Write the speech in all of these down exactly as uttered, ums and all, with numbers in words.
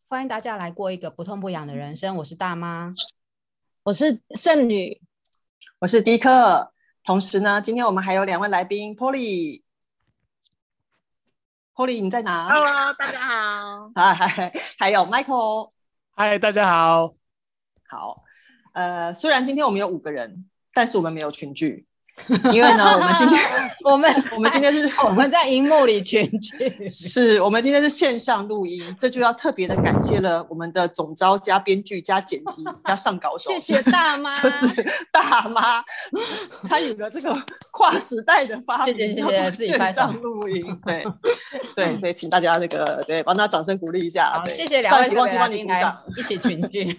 欢迎大家来过一个不痛不痒的人生。我是大妈， 我是剩女， 我是迪克。同时呢，今天我们还有两位来宾 Polly。 Polly 你在哪？ Hello 大家好。 还, 还有 Michael。 嗨，大家好。 好，呃，虽然今天我们有五个人，但是我们没有群聚，因为呢，我们今天我们我们今天是我们在荧幕里群聚， 是我们今天是线上录音，这就要特别的感谢了我们的总召加编剧加剪辑加上稿手， 谢谢大妈， 就是大妈参与了这个跨时代的发明， 谢谢谢谢，自己线上录音，对对，所以请大家那个对帮他掌声鼓励一下。 谢谢两位， 忘记帮你鼓掌， 一起群聚。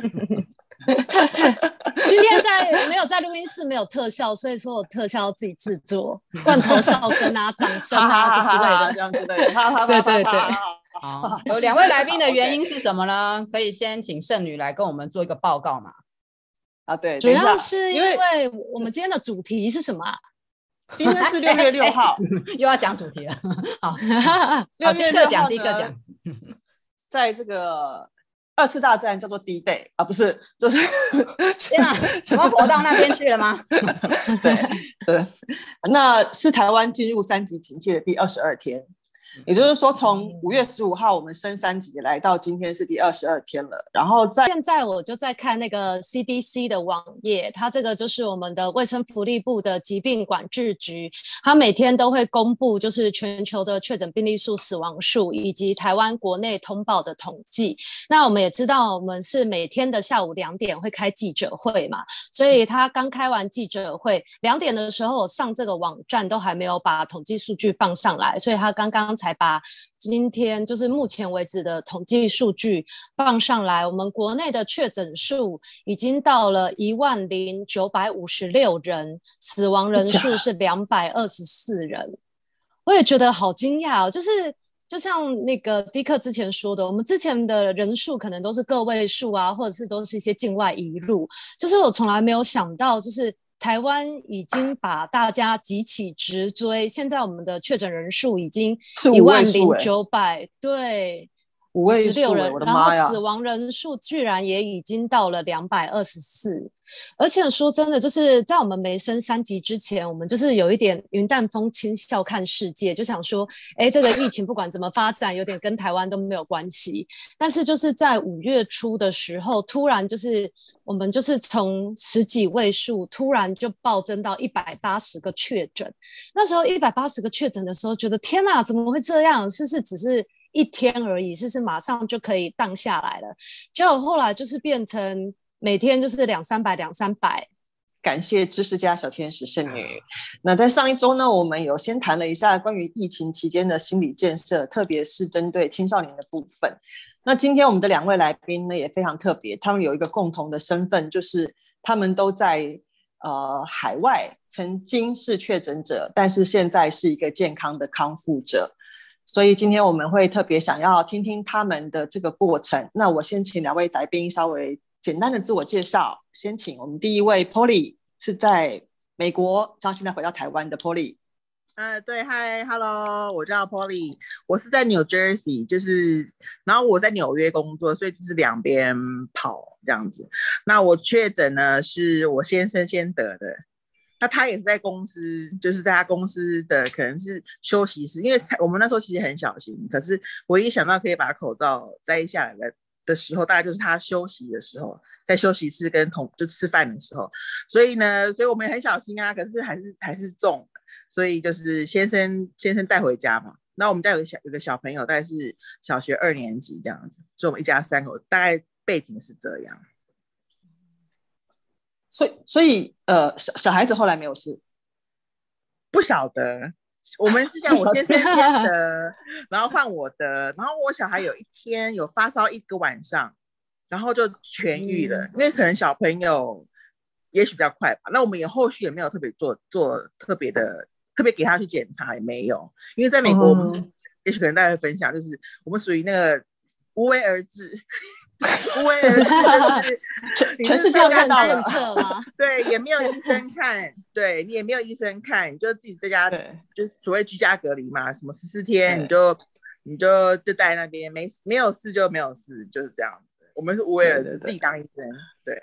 今天在没有在录音室，没有特效，所以说我特效要自己制作，罐头笑声啊、掌声啊之类的， 这样之类的。 对对对。 好，有两位来宾的原因是什么呢？可以先请剩女来跟我们做一个报告嘛？ 啊，对， 主要是因为我们今天的主题是什么、啊？ 今天是六月六号， 又要讲主题了。好， 六月六号， 第一个讲， 在这个二次大战叫做 D Day 啊，不是，就是天啊，什么活到那边去了吗？ 对对，那是台湾进入三级警戒的第二十二天。也就是说，从五月十五号我们升三级来到今天是第二十二天了。然后在现在我就在看那个 C D C 的网页，它这个就是我们的卫生福利部的疾病管制局，它每天都会公布就是全球的确诊病例数、死亡数以及台湾国内通报的统计。那我们也知道，我们是每天的下午两点会开记者会嘛，所以他刚开完记者会，两点的时候我上这个网站都还没有把统计数据放上来，所以他刚刚才把今天就是目前为止的统计数据放上来。我们国内的确诊数已经到了一万零九百五十六人，死亡人数是两百二十四人。我也觉得好惊讶哦，就是就像那个迪克之前说的，我们之前的人数可能都是个位数啊，或者是都是一些境外移入，就是我从来没有想到，就是台湾已经把大家急起直追，现在我们的确诊人数已经一万零九百，对， 五位数人， 我的妈呀！ 然后死亡人数居然也已经到了两百二十四。而且说真的，就是在我们没升三级之前，我们就是有一点云淡风轻笑看世界，就想说哎，这个疫情不管怎么发展有点跟台湾都没有关系。但是就是在五月初的时候，突然就是我们就是从十几位数突然就暴增到一百八十个确诊。那时候一百八十个确诊的时候觉得天哪，怎么会这样，是不是只是一天而已，是不是马上就可以荡下来了。结果后来就是变成每天就是两三百两三百。 感谢知识家小天使剩女。那在上一周呢，我们有先谈了一下关于疫情期间的心理建设，特别是针对青少年的部分。那今天我们的两位来宾呢也非常特别，他们有一个共同的身份，就是他们都在呃海外曾经是确诊者，但是现在是一个健康的康复者。所以今天我们会特别想要听听他们的这个过程。那我先请两位来宾稍微简单的自我介绍，先请我们第一位 Polly， 是在美国，然后现在回到台湾的 Polly。 呃，对，嗨 ，Hello， 我叫 Polly， 我是在 New Jersey， 就是，然后我在纽约工作，所以就是两边跑这样子。那我确诊呢，是我先生先得的，那他也是在公司，就是在他公司的可能是休息室，因为我们那时候其实很小心，可是我一想到可以把口罩摘下来的的时候，大概就是他休息的时候，在休息室跟同就吃饭的时候，所以呢，所以我们也很小心啊，可是还是还是中，所以就是先生先生带回家嘛。那我们家有个小有个小朋友，大概是小学二年级这样子，所以我们一家三口，大概背景是这样。 所以所以呃小小孩子后来没有事？ 不晓得。我们是讲我先生先得，然后换我的，然后我小孩有一天有发烧一个晚上，然后就痊愈了，因为可能小朋友也许比较快吧。那我们也后续也没有特别做做特别的特别给他去检查，也没有，因为在美国我们是、嗯、也许可能大家会分享，就是我们属于那个无为而治。无为而治， 全世界都看到了， 对，也没有医生看，对你也没有医生看，你就自己在家，就所谓居家隔离嘛，什么十四天，你就你就就待那边，没没有事就没有事，就是这样子。我们是无为而治，自己当医生。对，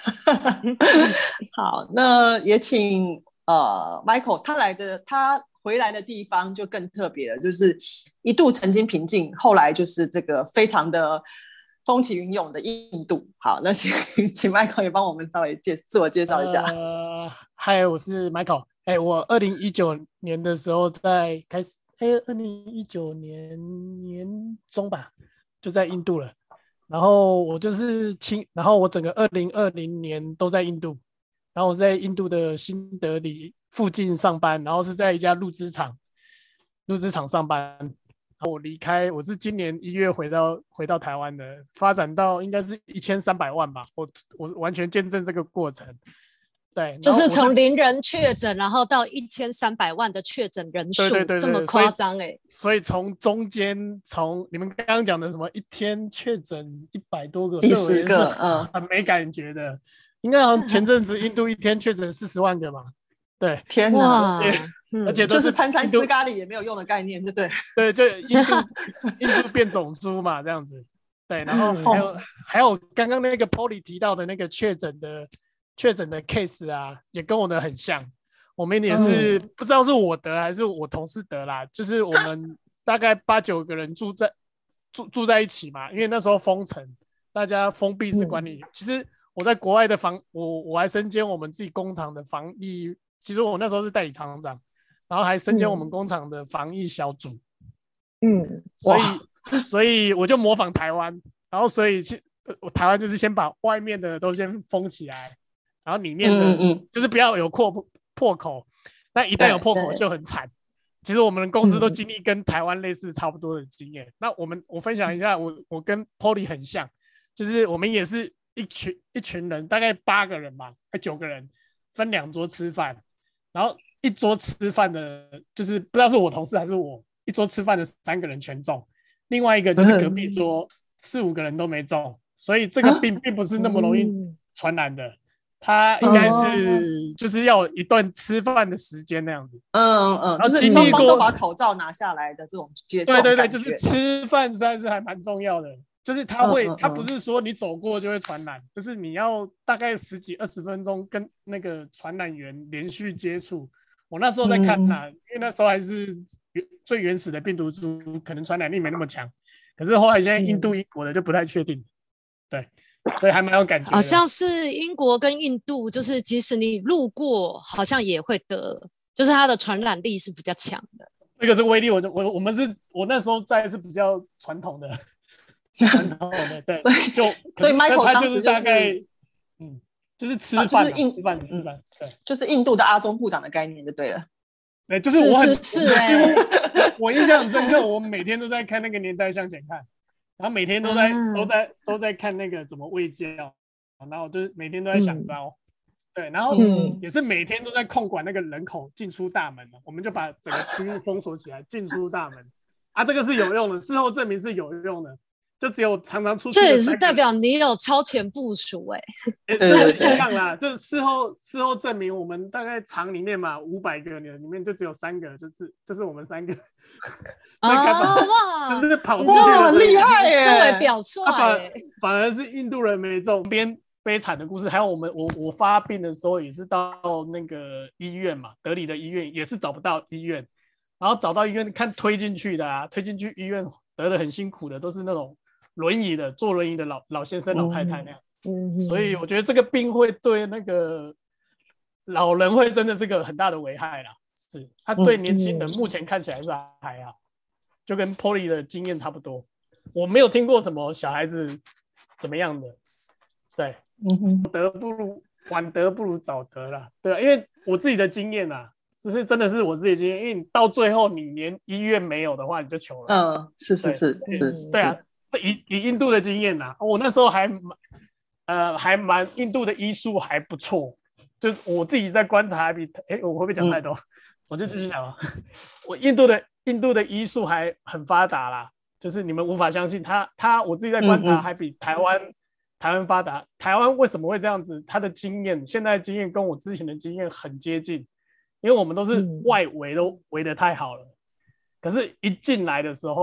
好，那也请呃 Michael 他来的他回来的地方就更特别了，就是一度曾经平静，后来就是这个非常的风起云涌的印度。好，那请请 Michael 也帮我们稍微介自我介绍一下。 呃，嗨，我是 Michael。哎，我二零一九年的时候在开始，哎，二零一九年年中吧，就在印度了。然后我就是亲，然后我整个二零二零年都在印度，然后我在印度的新德里附近上班，然后是在一家录制厂，录制厂上班。然后我离开，我是今年一月回到回到台湾的，发展到应该是一千三百万吧，我我完全见证这个过程。对， 就是从零人确诊，然后到一千三百万的确诊人数， 对对对对， 这么夸张哎！ 所以从中间，从你们刚刚讲的什么一天确诊一百多个， 几十个，嗯， 很没感觉的。应该好像前阵子印度一天确诊四十万个嘛，对， 天哪， 而且都就是餐餐吃咖喱也没有用的概念，对不对？ 对，就印度印度变种猪嘛，这样子。对，然后还有、嗯、还有刚刚那个 Polly 提到的那个确诊的。确诊的 case 啊，也跟我的很像。我们也是、嗯、不知道是我得还是我同事得啦，就是我们大概八九个人住在住住在一起嘛，因为那时候封城，大家封闭式管理。嗯、其实我在国外的防，我我还身兼我们自己工厂的防疫，其实我那时候是代理厂长，然后还身兼我们工厂的防疫小组。嗯，所以所以我就模仿台湾，然后所以我台湾就是先把外面的都先封起来。然后里面的嗯嗯就是不要有破破口，那一旦有破口就很惨。其实我们公司都经历跟台湾类似差不多的经验。嗯、那我们我分享一下，我我跟 Polly 很像，就是我们也是一群一群人，大概八个人吧，还九个人，分两桌吃饭，然后一桌吃饭的，就是不知道是我同事还是我，一桌吃饭的三个人全中，另外一个就是隔壁桌四五个人都没中，所以这个病并不是那么容易传染的。嗯他应该是就是要一段吃饭的时间那样子， 嗯嗯，就是双方都把口罩拿下来的这种节奏， 对对对，就是吃饭实在是还蛮重要的。就是他会，嗯嗯嗯他不是说你走过就会传染，就是你要大概十几二十分钟跟那个传染源连续接触。我那时候在看啊，嗯、因为那时候还是最原始的病毒株，可能传染力没那么强。可是后来现在印度、英国的就不太确定，对。所以还蛮有感觉的， 好像是英国跟印度，就是即使你路过，好像也会得，就是它的传染力是比较强的。 这个是威力，我我我们是我那时候在是比较传统的，传统的，对， 所以就所以 Michael 当时就是大概，嗯，就是吃饭、啊，就是印吃饭吃饭，对， 就是印度的阿中部长的概念就对了。 对，就是我很是哎、 欸，我印象很深刻，我每天都在看那个年代向前看。然后每天都在、嗯、都在都在看那个怎么卫教，然后就是每天都在想招，嗯、对，然后也是每天都在控管那个人口进出大门，我们就把整个区域封锁起来，进出大门啊，这个是有用的，事后证明是有用的，就只有常常出去， 这也是代表你有超前部署哎、 欸，这不一样啦，就是事后事后证明我们大概厂里面嘛五百个人里面就只有三个，就是就是我们三个。 哦哇， 就是跑出去很厉害耶， 身为表率、 欸，反而是印度人没中。边悲惨的故事，还有我们我我发病的时候也是到那个医院嘛，德里的医院也是找不到医院，然后找到医院看推进去的啊，推进去医院得的很辛苦的，都是那种轮椅的，坐轮椅的老老先生老太太那样子。嗯，所以我觉得这个病会对那个老人会真的是个很大的危害啦。是，他对年轻人目前看起来是还好。就跟 Polly 的经验差不多，我没有听过什么小孩子怎么样的，对，嗯、得不如晚得不如早得啦，对啊，因为我自己的经验啊，就是真的是我自己的经验，因为你到最后你连医院没有的话，你就糗了。 嗯，是是是是， 对啊，以以印度的经验啊，我那时候还呃还蛮印度的医术还不错，就是我自己在观察还比，哎，我会不会讲太多？嗯、我就继续讲啊，我印度的。印度的医术还很发达啦，就是你们无法相信，他他我自己在观察还比台湾、嗯嗯、台湾发达。台湾为什么会这样子？他的经验，现在的经验跟我之前的经验很接近，因为我们都是外围都围得太好了，嗯、可是一进来的时候，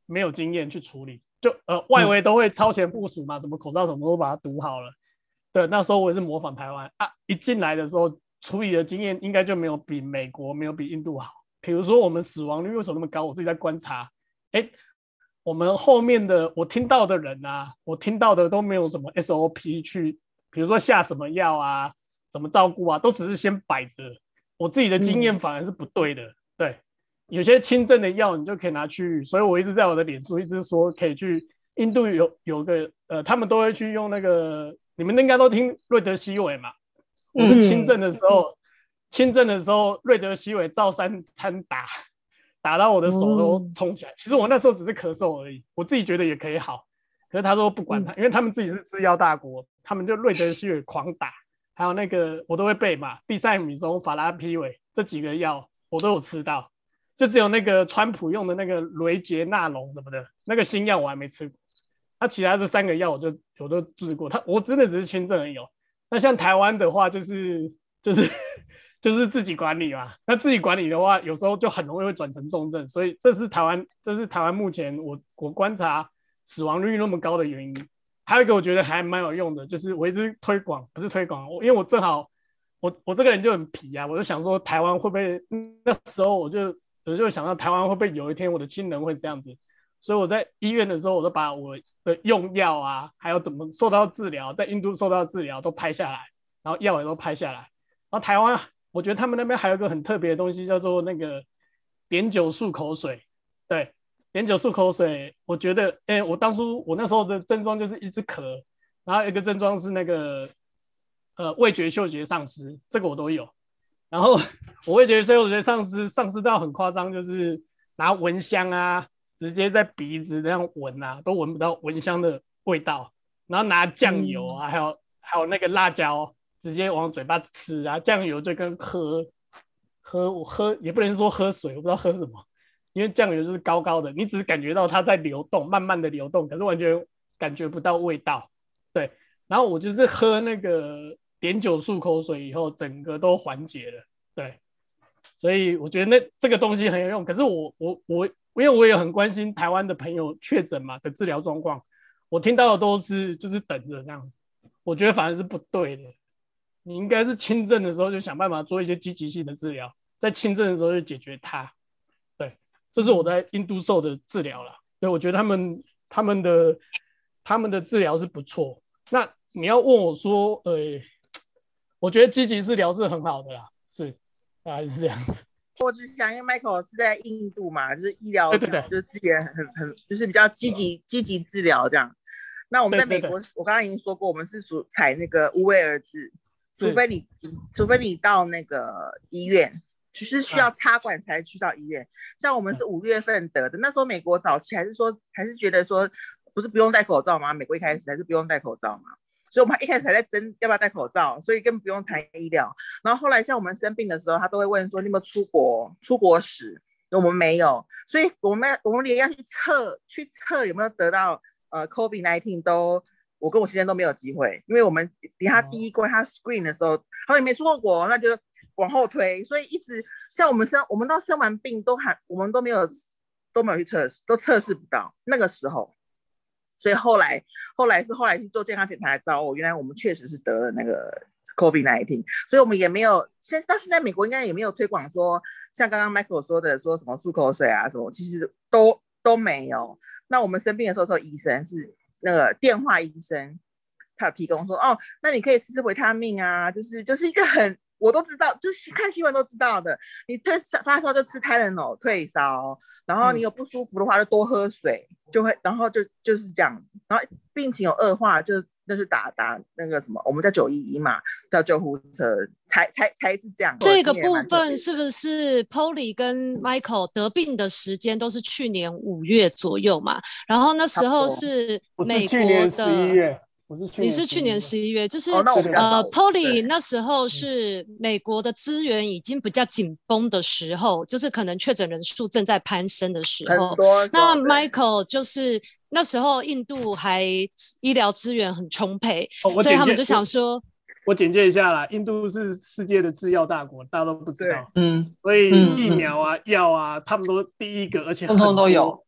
没有经验去处理，就呃外围都会超前部署嘛，什么口罩什么都把它读好了。对，那时候我也是模仿台湾啊，一进来的时候处理的经验应该就没有比美国没有比印度好。比如说我们死亡率为什么那么高，我自己在观察，哎，我们后面的我听到的人啊，我听到的都没有什么 S O P 去，比如说下什么药啊，怎么照顾啊，都只是先摆着。我自己的经验反而是不对的，嗯、对，有些轻症的药你就可以拿去，所以我一直在我的脸书一直说可以去印度有有个呃，他们都会去用那个，你们应该都听瑞德西韦嘛，我是轻症的时候。嗯轻症的时候，瑞德西韦照三餐打，打到我的手都冲起来。嗯、其实我那时候只是咳嗽而已，我自己觉得也可以好。可是他说不管他，嗯、因为他们自己是制药大国，他们就瑞德西韦狂打，还有那个我都会背嘛，地塞米松、法拉匹韦这几个药我都有吃到，就只有那个川普用的那个雷杰纳隆什么的那个新药我还没吃过。他其他这三个药我就我都治过，他我真的只是轻症而已哦。那像台湾的话，就是就是。就是自己管理嘛，那自己管理的话，有时候就很容易会转成重症，所以这是台湾，这是台湾目前我我观察死亡率那么高的原因。还有一个我觉得还蛮有用的，就是我一直推广，不是推广，因为我正好我我这个人就很皮啊，我就想说台湾会不会那时候我就我就想到台湾会不会有一天我的亲人会这样子，所以我在医院的时候，我都把我的用药啊，还有怎么受到治疗，在印度受到治疗都拍下来，然后药也都拍下来，然后台湾。我觉得他们那边还有一个很特别的东西，叫做那个碘酒漱口水。对，碘酒漱口水，我觉得，哎、欸，我当初我那时候的症状就是一直咳，然后一个症状是那个呃味觉嗅觉丧失，这个我都有。然后我味觉嗅觉丧失丧失到很夸张，就是拿蚊香啊，直接在鼻子那样闻啊，都闻不到蚊香的味道。然后拿酱油啊，嗯、还有还有那个辣椒。直接往嘴巴吃啊，酱油就跟喝喝我喝也不能说喝水，我不知道喝什么，因为酱油就是高高的，你只是感觉到它在流动，慢慢的流动，可是完全感觉不到味道。对，然后我就是喝那个碘酒漱口水以后，整个都缓解了。对，所以我觉得那这个东西很有用。可是我我我因为我也很关心台湾的朋友确诊嘛的治疗状况，我听到的都是就是等着这样子，我觉得反而是不对的。你应该是轻症的时候就想办法做一些积极性的治疗，在轻症的时候就解决它。对，这是我在印度受的治疗啦。对，我觉得他们他们的他们的治疗是不错。那你要问我说，呃，我觉得积极治疗是很好的啦，是，大概是这样子。 我只想，因为 Michael 是在印度嘛，就是医疗， 对对对， 就是资源很很，就是比较积极积极治疗这样。那我们在美国，对对对，我刚刚已经说过，我们是属采那个无为而治。除非你，除非你到那个医院，只是需要插管才去到医院。像我们是五月份得的，那时候美国早期还是说，还是觉得说，不是不用戴口罩吗？美国一开始还是不用戴口罩嘛，所以我们一开始还在争要不要戴口罩，所以根本不用谈医疗。然后后来像我们生病的时候，他都会问说你有没有出国出国史，我们没有，所以我们我们连要去测去测有没有得到呃 COVID 十九 都。我跟我先生都没有机会，因为我们等他第一关他 screen 的时候，他说你没出过国，那就往后推，所以一直像我们生我们到生完病都还我们都没有都没有去测试，都测试不到那个时候，所以后来后来是后来去做健康检查才知道，哦，原来我们确实是得了那个 COVID 十九，所以我们也没有现到现在美国应该也没有推广说像刚刚 Michael 说的说什么漱口水啊什么，其实都都没有。那我们生病的时候，时候医生是。那个电话医生，他有提供说，哦，那你可以吃吃维他命啊，就是就是一个很我都知道，就是看新闻都知道的。你退发烧就吃泰勒诺退烧，然后你有不舒服的话就多喝水，就会，然后就就是这样子。然后病情有恶化，就那就打打那个什么，我们叫九一一嘛，叫救护车，才才才是这样。 这个部分是不是 Polly 跟 Michael 得病的时间都是去年五月左右嘛？然后那时候是美国的。你是去年十一月，就是、哦、呃 ，Polly 那时候是美国的资源已经比较紧绷的时候，就是可能确诊人数正在攀升的时候。那 Michael 就是那时候印度还医疗资源很充沛，哦、所以他们就想说， 我, 我简介一下啦，印度是世界的制药大国，大家都不知道，嗯，所以疫苗啊、药、嗯、啊，他们都第一个，而且通通都有。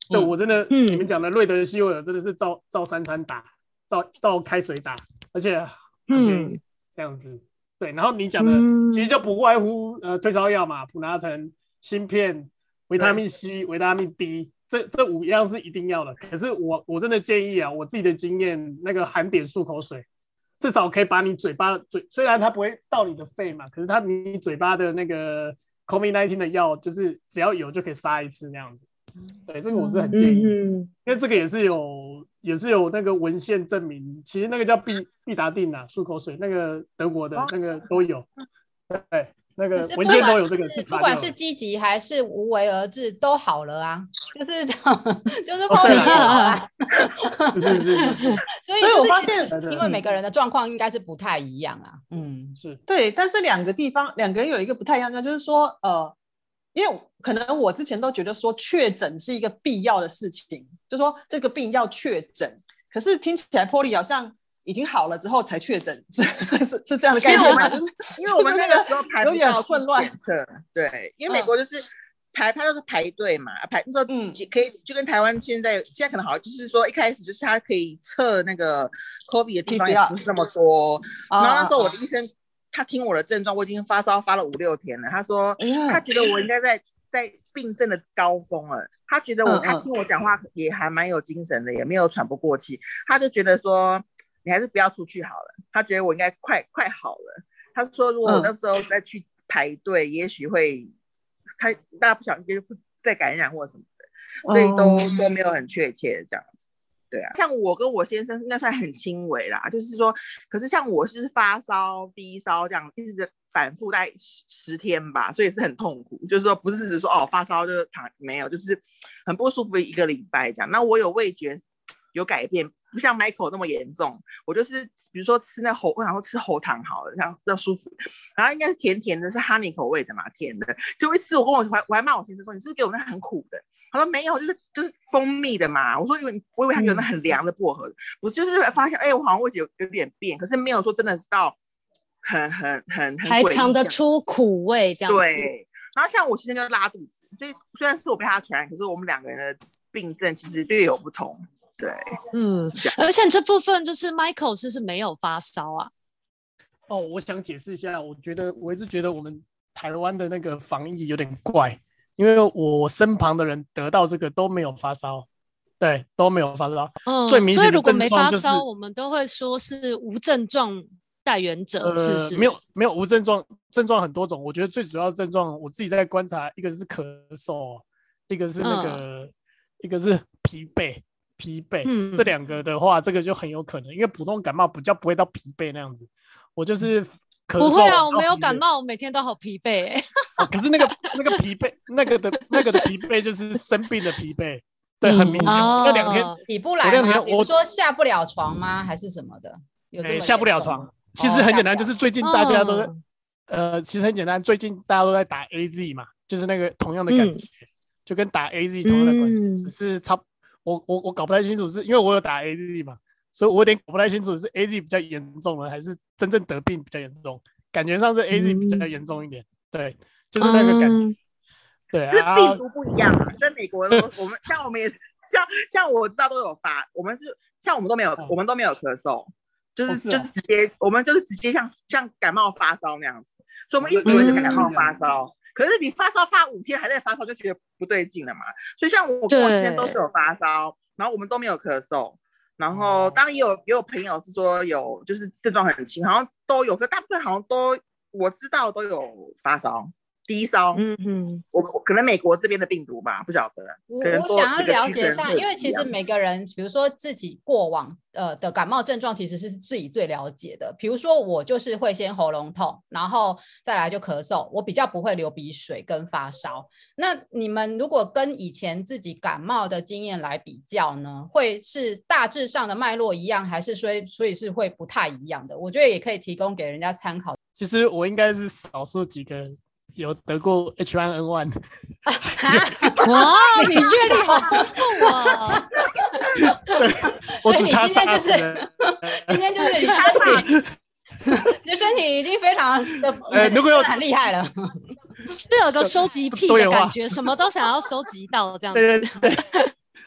对，我真的， 嗯你们讲的瑞德西韦尔真的是照照三餐打，照照开水打，而且很便宜、 嗯这样子。对，然后你讲的、 嗯其实就不外乎呃退烧药嘛，普拿疼、芯片、维他命 C、维他命 D， 这这五样是一定要的。可是我我真的建议啊，我自己的经验，那个含碘漱口水，至少可以把你嘴巴嘴，虽然它不会到你的肺嘛，可是它你嘴巴的那个 COVID 十九 的药，就是只要有就可以杀一次那样子。对，这个我是很建议， 嗯因为这个也是有也是有那个文献证明，其实那个叫必必达定啊，漱口水，那个德国的那个都有，对，那个文献都有这个，去查不管就是积极还是无为而治都好了啊，就是这样，就是哦对后面也好啦啊。 是是是是所以所以我就是发现对对因为每个人的状况应该是不太一样啊。嗯， 是， 对，但是两个地方两个人有一个不太一样的，就是说呃，因为可能我之前都觉得说确诊是一个必要的事情，就说这个病要确诊，可是听起来 Polly 好像已经好了之后才确诊，是是是这样的概念吗？就是因为我们那个时候排有点不到混乱检测，对，因为美国就是排排都是排队嘛，排那时候嗯可以就跟台湾现在现在可能好，就是说一开始就是他可以测那个 COVID 的地方也不是那么多，然后那时候我的医生他听我的症状，我已经发烧发了五六天了，他说哎呀他觉得我应该在在病症的高峰了，他觉得我嗯嗯他听我讲话也还蛮有精神的，也没有喘不过气，他就觉得说你还是不要出去好了，他觉得我应该快快好了，他说如果我那时候再去排队，嗯、也许会他大家不小心就会再感染或什么的，所以都、嗯、都没有很确切的这样子。对啊，像我跟我先生应该算很轻微啦，就是说，可是像我是发烧、低烧这样，一直反复大概十天吧，所以是很痛苦。就是说，不是只说哦发烧就躺，没有，就是很不舒服一个礼拜这样。那我有味觉有改变，不像 Michael 那么严重。我就是比如说吃那喉，然后吃喉糖好了，这样这样舒服。然后应该是甜甜的，是 honey 口味的嘛，甜的。就一次我跟我我还骂我先生说，你是不是给我那很苦的？他说没有，就是就是蜂蜜的嘛。我说因为我以为他有那很凉的薄荷的，我、嗯、就是发现哎、欸，我好像味觉有有点变，可是没有说真的是到很很很很还尝得出苦味这样子。 对，然后像我先生就拉肚子，所以虽然是我被他传染，可是我们两个人的病症其实略有不同。对， 嗯，而且这部分就是 Michael 是不是没有发烧啊？ 哦，我想解释一下，我觉得我一直觉得我们台湾的那个防疫有点怪。因为我身旁的人得到这个都没有发烧，对，都没有发烧。 嗯， 最明显的症状就是、 所以如果没发烧，我们都会说是无症状带原者， 呃、 是不是？ 没有没有无症状，症状很多种。我觉得最主要的症状，我自己在观察，一个是咳嗽，一个是那个，嗯、一个是疲惫，疲惫。嗯、这两个的话，这个就很有可能，因为普通感冒比较不会到疲惫那样子。我就是咳嗽。 不会啊，我没有感冒，我每天都好疲惫哎、欸。 哦、可是那个那个疲惫，那个的那个的疲惫就是生病的疲惫，对，很明显。 嗯、 那两天起不来吗？比如说下不了床吗？还是什么的？有这么、欸、 下不了床。其实很简单，就是最近大家都、 哦、 呃，其实很简单，最近大家都在打 A Z 嘛，就是那个同样的感觉，嗯、就跟打 A Z 同样的感觉，嗯、只是差我我我搞不太清楚是，是因为我有打 A Z 嘛，所以我有点搞不太清楚是 A Z 比较严重了，还是真正得病比较严重。感觉上是 A Z 比较严重一点，嗯、对。就是那个感觉，嗯、对， 是病毒不一样啊。在美国，我们像我们也像像我知道都有发，我们是像我们都没有，嗯、我们都没有咳嗽，就是、哦是啊、就是直接，我们就是直接像像感冒发烧那样子，所以我们一直以为是感冒发烧。嗯、可是你发烧发五天还在发烧，就觉得不对劲了嘛。所以像我跟我先生都是有发烧，然后我们都没有咳嗽。然后当然也有也有朋友是说有，就是症状很轻，好像都有，可大部分好像都我知道都有发烧。低烧，嗯嗯，我可能美国这边的病毒吧，不晓得。 我我想要了解一下，因为其实每个人，比如说自己过往呃的感冒症状，其实是自己最了解的。比如说我就是会先喉咙痛，然后再来就咳嗽，我比较不会流鼻水跟发烧。那你们如果跟以前自己感冒的经验来比较呢，会是大致上的脉络一样，还是说所以是会不太一样的？我觉得也可以提供给人家参考。 其实我应该是少数几个有得过 H 一 N 一哇，你阅历好丰富啊！ 对，我只差SARS了。 今天就是你身体，你的身体已经非常的，呃，如果有很厉害了， 是有个收集癖的感觉，什么都想要收集到这样子。 对对对，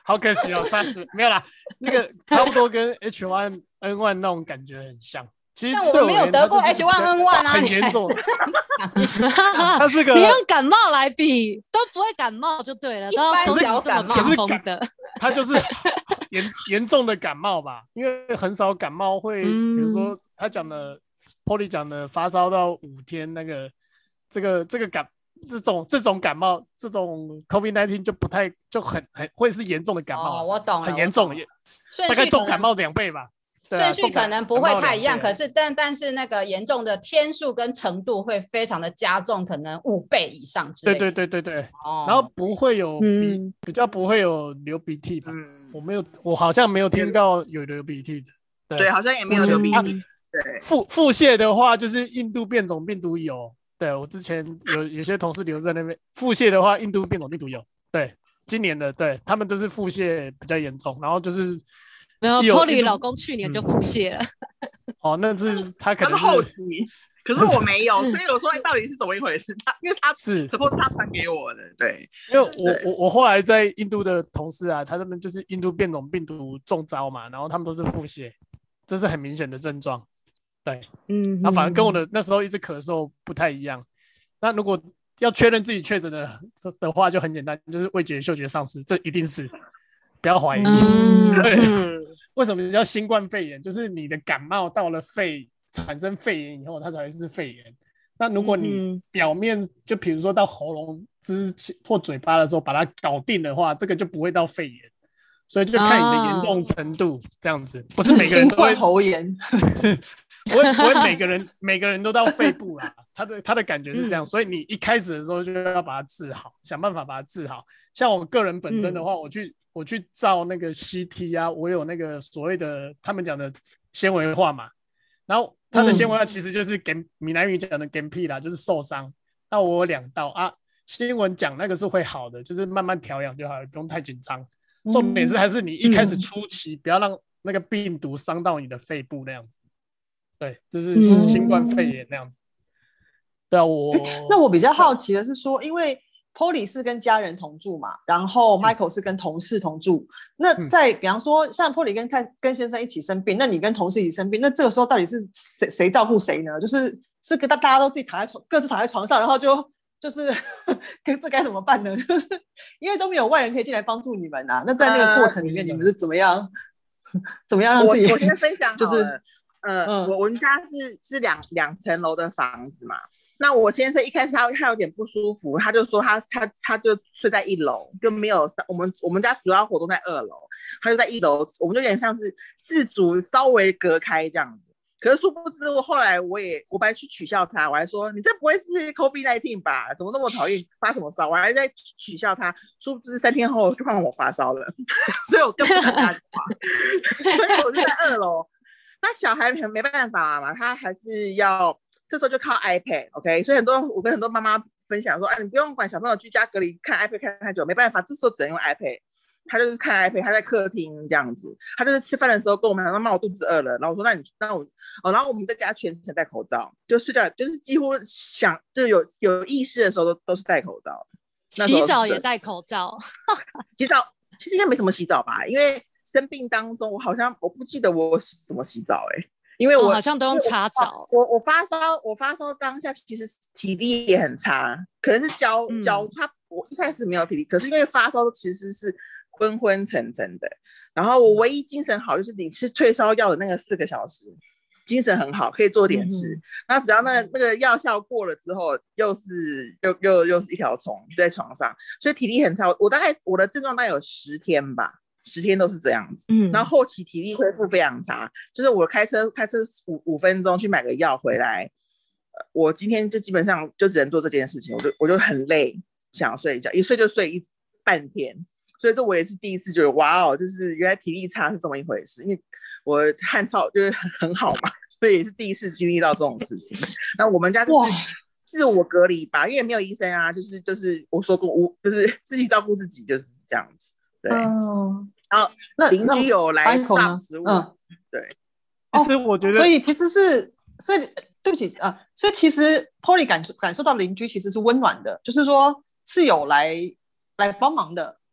好可惜哦，三十没有啦，那个差不多跟 H 一 N 一 那种感觉很像。其实但我没有得过 H 一 N 一 啊， 很严重。它是个你用感冒来比都不会感冒就对了，都要收拾这么偏锋的。 它就是严严重的感冒吧，因为很少感冒会，嗯、比如说他讲的 Polly 讲的发烧到五天，那个这个这个感这种这种感冒这种 COVID 十九 就不太就很很会是严重的感冒。 哦，我懂了， 很严重，大概重感冒两倍吧。 顺序可能不会太一样，可是但但是那个严重的天数跟程度会非常的加重，可能五倍以上之类的。 对对对对对，哦、然后不会有鼻、嗯、比较不会有流鼻涕吧？嗯、我没有，我好像没有听到有流鼻涕的。对， 对好像也没有流鼻涕。嗯、 对，腹腹泻的话就是印度变种病毒有。对，我之前有有些同事留在那边，腹泻的话印度变种病毒有。对，今年的对他们都是腹泻比较严重，然后就是。 没有 Polly 老公去年就腹泻了、 嗯。哦，那是他可能是后期，可是我没有，所以我说到底是怎么一回事？他因为他是只不过他传给我的，对。 因为我我我后来在印度的同事啊，他们就是印度变种病毒中招嘛，然后他们都是腹泻，这是很明显的症状。对，嗯，那反正跟我的那时候一直咳嗽不太一样。那如果要确认自己确诊的的话，就很简单，就是味觉、嗅觉丧失，这一定是。不要怀疑、嗯，对，为什么叫新冠肺炎？就是你的感冒到了肺产生肺炎以后，它才会是肺炎。那如果你表面就比如说到喉咙之前或嘴巴的时候把它搞定的话，这个就不会到肺炎。所以就看你的严重程度，这样子，不是每个人都会喉炎， 不会不会每个人每个人都到肺部啦。他的他的感觉是这样，嗯、所以你一开始的时候就要把它治好，想办法把它治好。像我个人本身的话，嗯、我去。我去照那个 C T 啊，我有那个所谓的他们讲的纤维化嘛，然后它的纤维化其实就是给闽南语讲的 gempi 啦，就是受伤。那我有两道啊，新闻讲那个是会好的，就是慢慢调养就好了，不用太紧张。重点是还是你一开始初期、嗯、不要让那个病毒伤到你的肺部那样子。对，就是新冠肺炎那样子。对啊，我那我比较好奇的是说，因为Polly 是跟家人同住嘛，然后 Michael 是跟同事同住。嗯、那在比方说，像 Polly 跟跟先生一起生病，那你跟同事一起生病，那这个时候到底是谁谁照顾谁呢？就是是跟大大家都自己躺在床，各自躺在床上，然后就就是这该怎么办呢？就是因为都没有外人可以进来帮助你们啊。那在那个过程里面，呃、你们是怎么样怎么样让自己？ 我我先分享好了， 就是呃，嗯、我我们家是是两两层楼的房子嘛。那我先生一开始他他有点不舒服，他就说他他他就睡在一楼，就没有我们我们家主要活动在二楼，他就在一楼，我们就有点像是自主稍微隔开这样子。可是殊不知，我后来我也我本来去取笑他，我还说你这不会是 COVID 十九 吧？怎么那么讨厌发什么烧？我还在取笑他，殊不知三天后就换我发烧了，所以我更不敢打电话，所以我就在二楼。那小孩没办法嘛，他还是要。这时候就靠 iPad，OK，、okay? 所以很多我跟很多妈妈分享说，啊，你不用管小朋友居家隔离看 iPad 看太久，没办法，这时候只能用 iPad。他就是看 iPad， 他在客厅这样子，他就是吃饭的时候跟我们讲，妈妈我肚子饿了，然后我说那你那我哦，然后我们在家全程戴口罩，就睡觉就是几乎想就是有有意识的时候都都是戴口罩， 洗澡也戴口罩， 洗澡其实应该没什么洗澡吧，因为生病当中我好像我不记得我怎么洗澡哎、欸。因为我、 哦、好像都用擦澡， 我我发烧，我发烧当下其实体力也很差，可能是焦焦他、嗯，我一开始没有体力，可是因为发烧其实是昏昏沉沉的，然后我唯一精神好就是你吃退烧药的那个四个小时，精神很好，可以做点事，嗯、然后只要那个那个药效过了之后，又是又又又是一条虫在床上，所以体力很差，我大概我的症状大概有十天吧。十天都是这样子，嗯，然后后期体力恢复非常差，就是我开车开车五五分钟去买个药回来，呃，我今天就基本上就只能做这件事情，我就我就很累，想要睡一觉，一睡就睡一半天，所以这我也是第一次觉得哇哦，就是原来体力差是这么一回事，因为我汉超就是很好嘛，所以也是第一次经历到这种事情。那我们家就是自我隔离吧，因为没有医生啊，就是就是我说过我就是自己照顾自己，就是这样子。对，哦，然后那邻居有来放食物，嗯，对， 其实我觉得， 哦、所以其实是，所以对不起啊、呃，所以其实 Polly 感感受到邻居其实是温暖的，就是说是有来来帮忙的， 就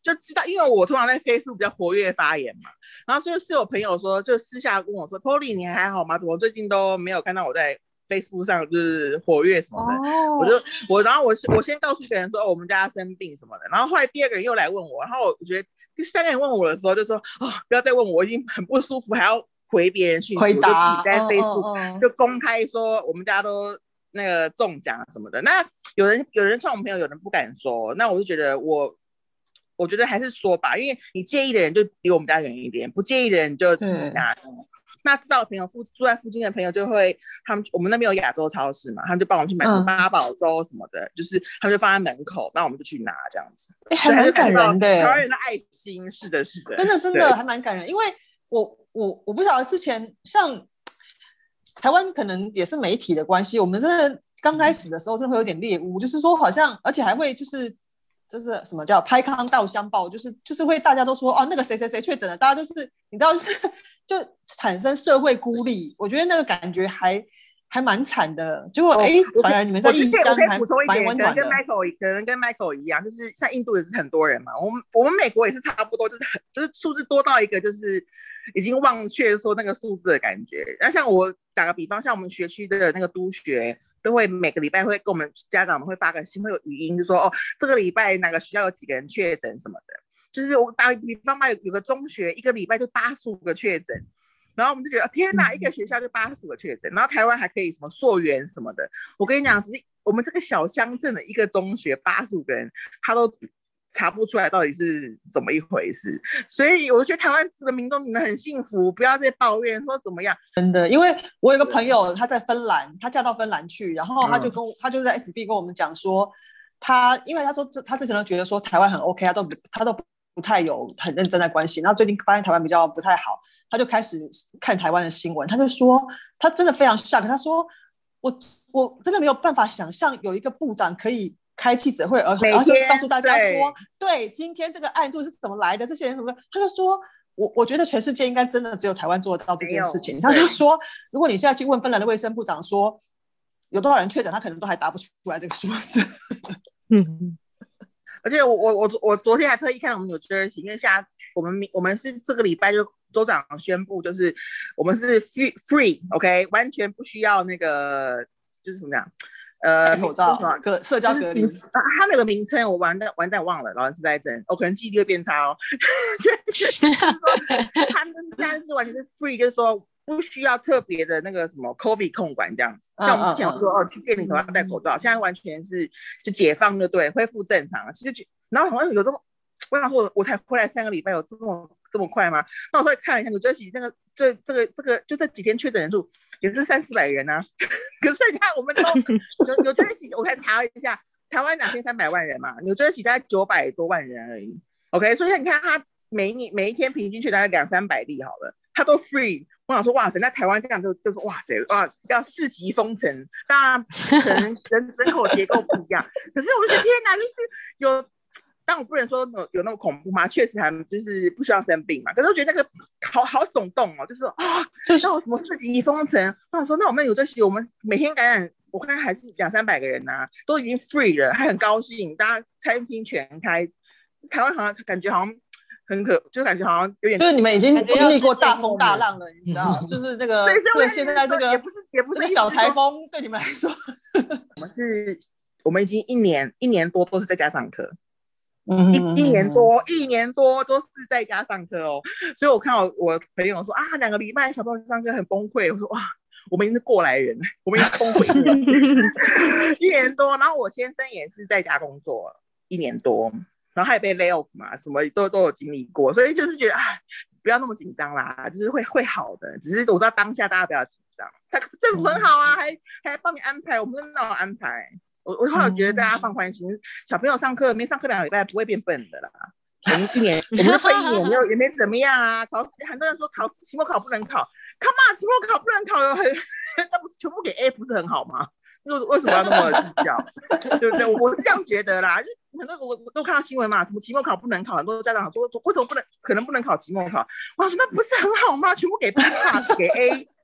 就知道，因为我通常在 Facebook 比较活跃发言嘛，然后所以是有朋友说，就私下跟我说 ，Polly 你还好吗？怎么最近都没有看到我在 Facebook 上就是活跃什么的？哦、我就我然后我我先告诉一个人说、哦，我们家生病什么的，然后后来第二个人又来问我，然后我觉得第三个人问我的时候就说，哦，不要再问我，我已经很不舒服，还要回别人讯息，我就自己在 Facebook、哦哦哦、就公开说我们家都那个中奖什么的。那有人有人像我们朋友，有人不敢说，那我就觉得我。我觉得还是说吧，因为你介意的人就离我们家远一点，不介意的人就自己拿。那知道的朋友附住在附近的朋友就会，他们我们那边有亚洲超市嘛，他们就帮我们去买什么八宝粥什么的，嗯、就是他们就放在门口，那我们就去拿这样子。 哎、欸，还蛮感人的， 台湾人的爱心，是的，是的， 真的真的还蛮感人。因为我我我不晓得之前像台湾可能也是媒体的关系，我们真的刚开始的时候真的会有点猎巫，就是说好像而且还会就是。这是什么叫拍康道相报？就是就是会大家都说哦，那个谁谁谁确诊了，大家就是你知道，就是就产生社会孤立。我觉得那个感觉还还蛮惨的。结果哎，反而你们在异乡还蛮温暖的。 跟 Michael 可能跟 Michael 一样，就是像印度也是很多人嘛，我们我们美国也是差不多，就是很就是数字多到一个就是已经忘却说那个数字的感觉。那像我打个比方，像我们学区的那个督学。都会每个礼拜会跟我们家长们会发个信，会有语音，就说哦，这个礼拜哪个学校有几个人确诊什么的。就是我打比方嘛，有个中学一个礼拜就八十五个确诊，然后我们就觉得天哪，一个学校就八十五个确诊，然后台湾还可以什么溯源什么的。我跟你讲，只是我们这个小乡镇的一个中学八十五个人，他都查不出来到底是怎么一回事，所以我觉得台湾的民众你们很幸福，不要再抱怨说怎么样。 真的，因为我有个朋友他在芬兰，他嫁到芬兰去，然后他就跟、嗯、他就在 F B 跟我们讲说，他因为他说他之前都觉得说台湾很 OK， 他都他都不太有很认真在关心，然后最近发现台湾比较不太好，他就开始看台湾的新闻，他就说他真的非常 shock， 他说我我真的没有办法想象有一个部长可以。开记者会，而然后就告诉大家说，对，对今天这个案就是怎么来的，这些人什么的，他就说，我我觉得全世界应该真的只有台湾做得到这件事情。他就说，如果你现在去问芬兰的卫生部长说有多少人确诊，他可能都还答不出来这个数字。 嗯，而且我我我我昨天还特意看我们New Jersey，因为现在我们我们是这个礼拜就州长宣布，就是我们是 free free，OK，、okay? 完全不需要那个就是怎么讲。呃， 口罩、隔社交隔离、就是啊，他们有个名称，我完蛋完蛋忘了，老人痴呆症，我、哦、可能记忆力会变差哦。就是说他们是现在是完全是 free， 就是说不需要特别的那个什么 COVID 控管这样子。像我们之前有说、嗯、哦，去店里头要戴口罩，嗯、现在完全是就解放，就对，恢复正常了。其实就然后好像有这么，我想说，我才回来三个礼拜，有这么这么快吗？那我稍微看了一下，New Jersey那个这这个这个就这几天确诊人数也是三四百人啊。可是你看，我们都New Jersey，我才查了一下，台湾两千三百万人嘛，New Jersey才九百多万人而已。OK， 所以你看他每一每一天平均确大概两三百例好了，他都 free。我想说，哇塞，那台湾这样就就是哇塞，哇要四级封城，当然可能人人口结构不一样。可是我就觉得天哪，就是有。但我不能说有那么恐怖嘛，确实还就是不需要生病嘛。可是我觉得那个好好耸动哦，就是说啊，就像什么四级封城，我想说那我们有这些，我们每天感染，我看还是两三百个人啊，都已经 free 了，还很高兴，大家餐厅全开。台湾好像感觉好像很可，就感觉好像有点， 就是你们已经经历过大风大浪了，你知道，就是那个这个现在这个也不是也不是这个小台风对你们来说， 我们是，我们已经一年一年多都是在家上课。嗯、一, 一年多一年多都是在家上课哦，所以我看到我朋友说啊，两个礼拜小朋友上课很崩溃，我说哇，我们已经是过来人，我们已经崩溃一年一年多，然后我先生也是在家工作一年多，然后他也被 lay off 嘛，什么都都有经历过，所以就是觉得啊，不要那么紧张啦，就是会会好的，只是我知道当下大家不要紧张，他政府很好啊，还还帮你安排，我们真的有安排。我我后来觉得大家放宽心，嗯、小朋友上课没上课两个礼拜不会变笨的啦。我们一年，我们就笨一年，没有也没怎么样啊。考试很多人说考试期末考不能考 ，Come on， 期末考不能考，很那不是全部给 A 不是很好吗？为什么要那么计较？对不对？我是这样觉得啦。就很多我我都看到新闻嘛，什么期末考不能考，很多家长说为什么不能可能不能考期末考？我说那不是很好吗？全部给 pass 给 A。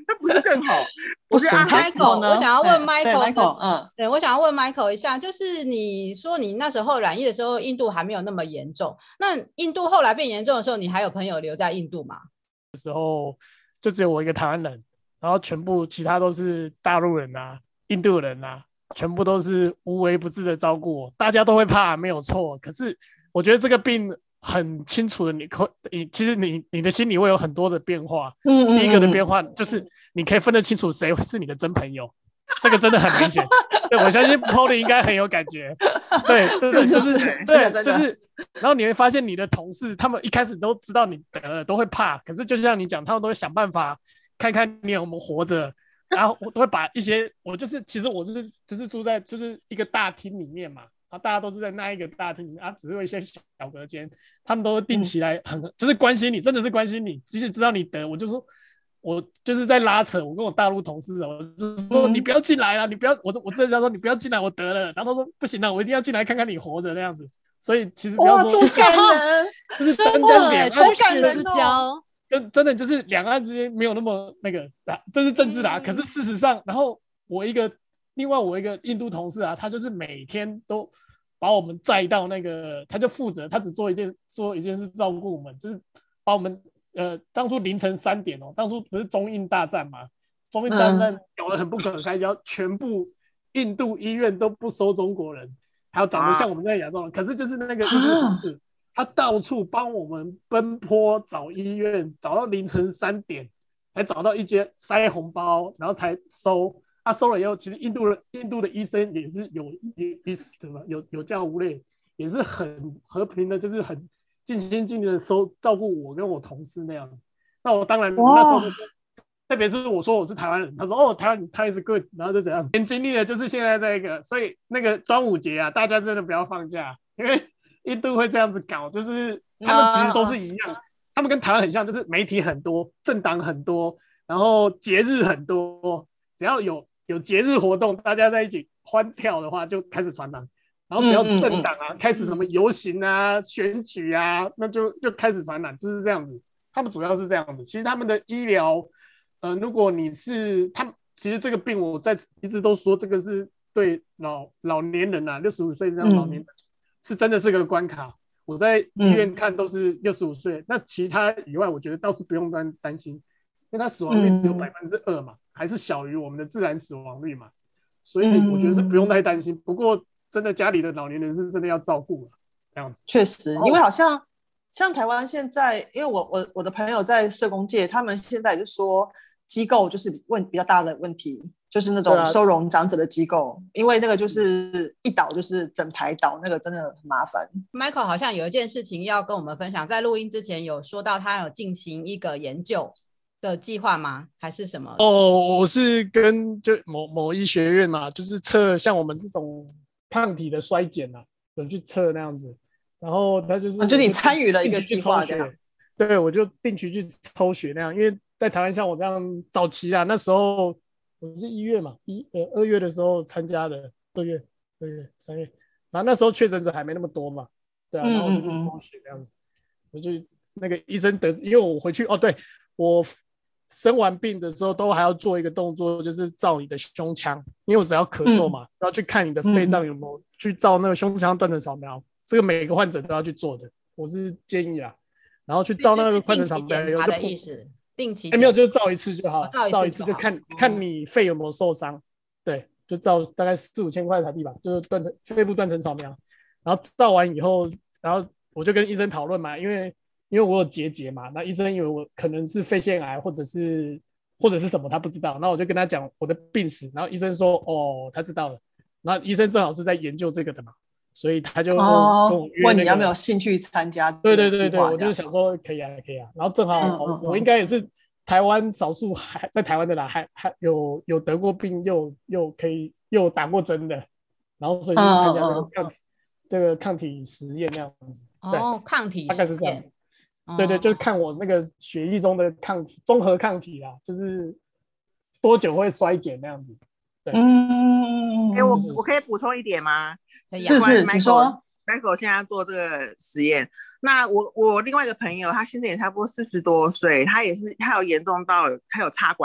那不是更好？ 不行 Michael 呢？我想要问 Michael， Michael， 嗯， 对，我想要问 Michael 一下，就是你说你那时候染疫的时候，印度还没有那么严重，那印度后来变严重的时候，你还有朋友留在印度吗？ 那时候就只有我一个台湾人，然后全部其他都是大陆人啊、印度人啊，全部都是无微不至的照顾我，大家都会怕，没有错。可是我觉得这个病很清楚的你，你其实你你的心里会有很多的变化。嗯嗯嗯，第一个的变化就是你可以分得清楚谁是你的真朋友，这个真的很明显。对，我相信 Polly 应该很有感觉。对，真的就是，对，就是，然后你会发现你的同事，他们一开始都知道你得了，都会怕，可是就像你讲，他们都会想办法看看你有没有活着，然后我都会把一些，我就是其实我就是就是住在就是一个大厅里面嘛。大家都是在那一个大厅啊，只是有一些小隔间，他们都定期来很、嗯、就是关心你，真的是关心你，即使知道你得，我就说，我就是在拉扯，我跟我大陆同事，我就说、嗯、你不要进来了，你不要，我我真的想说你不要进来，我得了，然后他说不行了，我一定要进来看看你活着那样子，所以其实不要说， 哇，多感人， 就是真的两岸之交， 真真的就是两岸之间没有那么那个，这是政治啦、嗯，可是事实上，然后我一个另外我一个印度同事啊，他就是每天都把我们载到那个，他就负责，他只做一件做一件事照顾我们，就是把我们呃，当初凌晨三点哦，当初不是中印大战嘛，中印大战搞得很不可开交、嗯，全部印度医院都不收中国人，还有长得像我们这样亚洲人、啊，可是就是那个印度同事、啊，他到处帮我们奔波找医院，找到凌晨三点才找到一间塞红包，然后才收。他、啊、收了以后，其实印度的印度的医生也是有有什么有有教无类，也是很和平的，就是很尽心尽力的收照顾我跟我同事那样。那我当然那时候就特别是我说我是台湾人，他说哦台湾他也是 good， 然后就怎样。经历的就是现在这个，所以那个端午节啊，大家真的不要放假，因为印度会这样子搞，就是他们其实都是一样，他们跟台湾很像，就是媒体很多，政党很多，然后节日很多，只要有。有节日活动，大家在一起欢跳的话，就开始传染。然后只要政党啊、嗯嗯嗯，开始什么游行啊、选举啊，那就就开始传染，就是这样子。他们主要是这样子。其实他们的医疗，呃，如果你是他们，其实这个病我在一直都说，这个是对老老年人啊，六十五岁这样老年人、嗯、是真的是个关卡。我在医院看都是六十五岁、嗯，那其他以外，我觉得倒是不用担担心，因为他死亡率只有百分之二嘛。还是小于我们的自然死亡率嘛，所以我觉得是不用太担心。嗯、不过真的家里的老年人是真的要照顾了，这样子。 确实，因为好像像台湾现在，因为我我我的朋友在社工界，他们现在也是说机构就是问比较大的问题，就是那种收容长者的机构，啊、因为那个就是一倒就是整排倒，那个真的很麻烦。 Michael 好像有一件事情要跟我们分享，在录音之前有说到他有进行一个研究的计划吗？还是什么？ 哦，我是跟就某某医学院嘛，就是测像我们这种抗体的衰减啊，有去测那样子。然后他就是， 啊、就你参与了一个计划这样。 对，我就定期去抽血那样，因为在台湾像我这样早期啊，那时候我是一月嘛，一呃二月的时候参加的，二月、二月、三月，然后那时候确诊者还没那么多嘛，对啊，然后我就去抽血那样子，嗯嗯嗯我就那个医生得知，因为我回去哦，对我。生完病的时候都还要做一个动作，就是照你的胸腔，因为我只要咳嗽嘛，要、嗯、去看你的肺脏有没有、嗯、去照那个胸腔断层扫描，这个每个患者都要去做的，我是建议啊。然后去照那个断层扫描，有的意思，定期、 欸、没有就照一次就好， 哦、照, 一照一次就看、嗯、看你肺有没有受伤，对，就照大概四五千块台币吧，就是断层肺部断层扫描，然后照完以后，然后我就跟医生讨论嘛，因为。因为我有结节嘛，那医生以为我可能是肺腺癌或者是或者是什么，他不知道，那我就跟他讲我的病史，然后医生说哦，他知道了，然后医生正好是在研究这个的嘛，所以他就跟我约、那個哦、问你要没有兴趣参加。 对对对对，我就想说可以啊可以啊，然后正好、嗯哦、我应该也是台湾少数还在台湾的啦，还还有有得过病又又可以又打过针的，然后所以就参加这个抗体、嗯、这个抗体实验那样子。 哦，抗体实验大概是这样子。对对，就是看我那个血液中的抗体，综合抗体啦，就是多久会衰减那样子。对， 嗯，哎、欸，我我可以补充一点吗？ 是是，请说。 Michael 现在做这个实验，那我我另外一个朋友，他现在也差不多四十多岁，他也是他有严重到他有插管，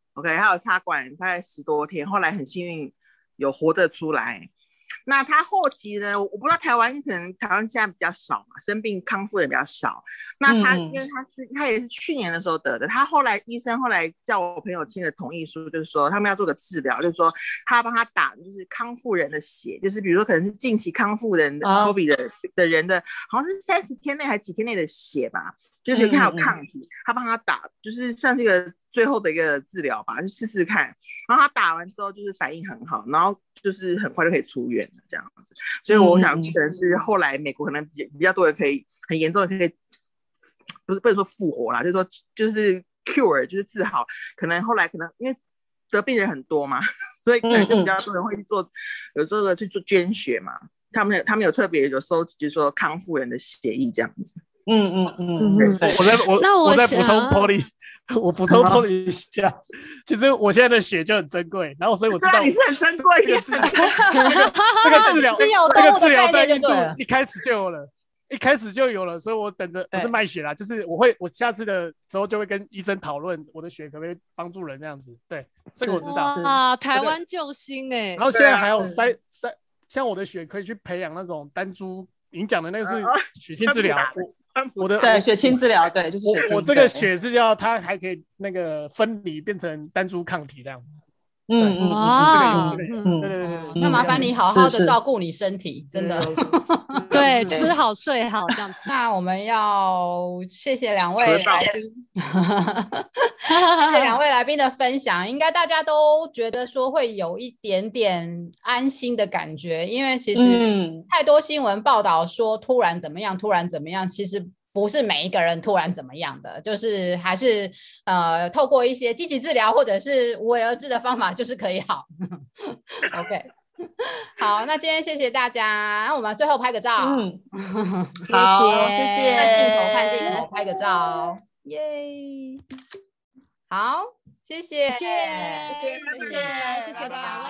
OK， 他有插管大概十多天，后来很幸运有活得出来。那他后期呢，我不知道台湾可能台湾现在比较少嘛，生病康复的比较少。那他、嗯、因为他是他也是去年的时候得的，他后来医生后来叫我朋友签了同意书，就是说他们要做个治疗，就是说他要帮他打就是康复人的血，就是比如说可能是近期康复人的 COVID 的、哦、的人的，好像是三十天内还几天内的血吧，就是他有抗体，嗯嗯他帮他打，就是像这个最后的一个治疗吧，就试试看。然后他打完之后就是反应很好，然后就是很快就可以出院了这样子。所以我想可能是后来美国可能比比较多人可以很严重的可以，不是不能说复活啦，就是说就是 cure 就是治好。可能后来可能因为得病人很多嘛，所以可能就比较多人会去做有这个去做捐血嘛。他们他们有特别有收集，就是说康复人的血液这样子。 嗯嗯嗯， 对，我再我那我再补充 Polly， 我补充 Polly 一下，其实我现在的血就很珍贵，然后所以我知道你是很珍贵的， 这个这个治疗，这个治疗在印度一开始就有了，一开始就有了，所以我等着不是卖血啦，就是我会我下次的时候就会跟医生讨论我的血可不可以帮助人这样子，对，这个我知道。 啊，台湾救星哎！ 然后现在还有三三，像我的血可以去培养那种单株，您讲的那个是血清治疗。我的对血清治疗，对，就是血清。 我我这个血是叫它还可以那个分离变成单株抗体这样子。 嗯嗯啊， 对对对， 那麻烦你好好的照顾你身体，真的。 对，吃好睡好这样子。 那我们要谢谢两位来宾，谢谢两位来宾的分享，应该大家都觉得说会有一点点安心的感觉，因为其实太多新闻报道说突然怎么样，突然怎么样，其实不是每一个人突然怎么样的，就是还是呃透过一些积极治疗或者是无为而治的方法，就是可以好。OK。好，那今天谢谢大家，那我们最后拍个照。 嗯， 好， 谢谢。 看镜头，看镜头，拍个照，耶！好，谢谢， 谢谢，谢谢，谢谢两位。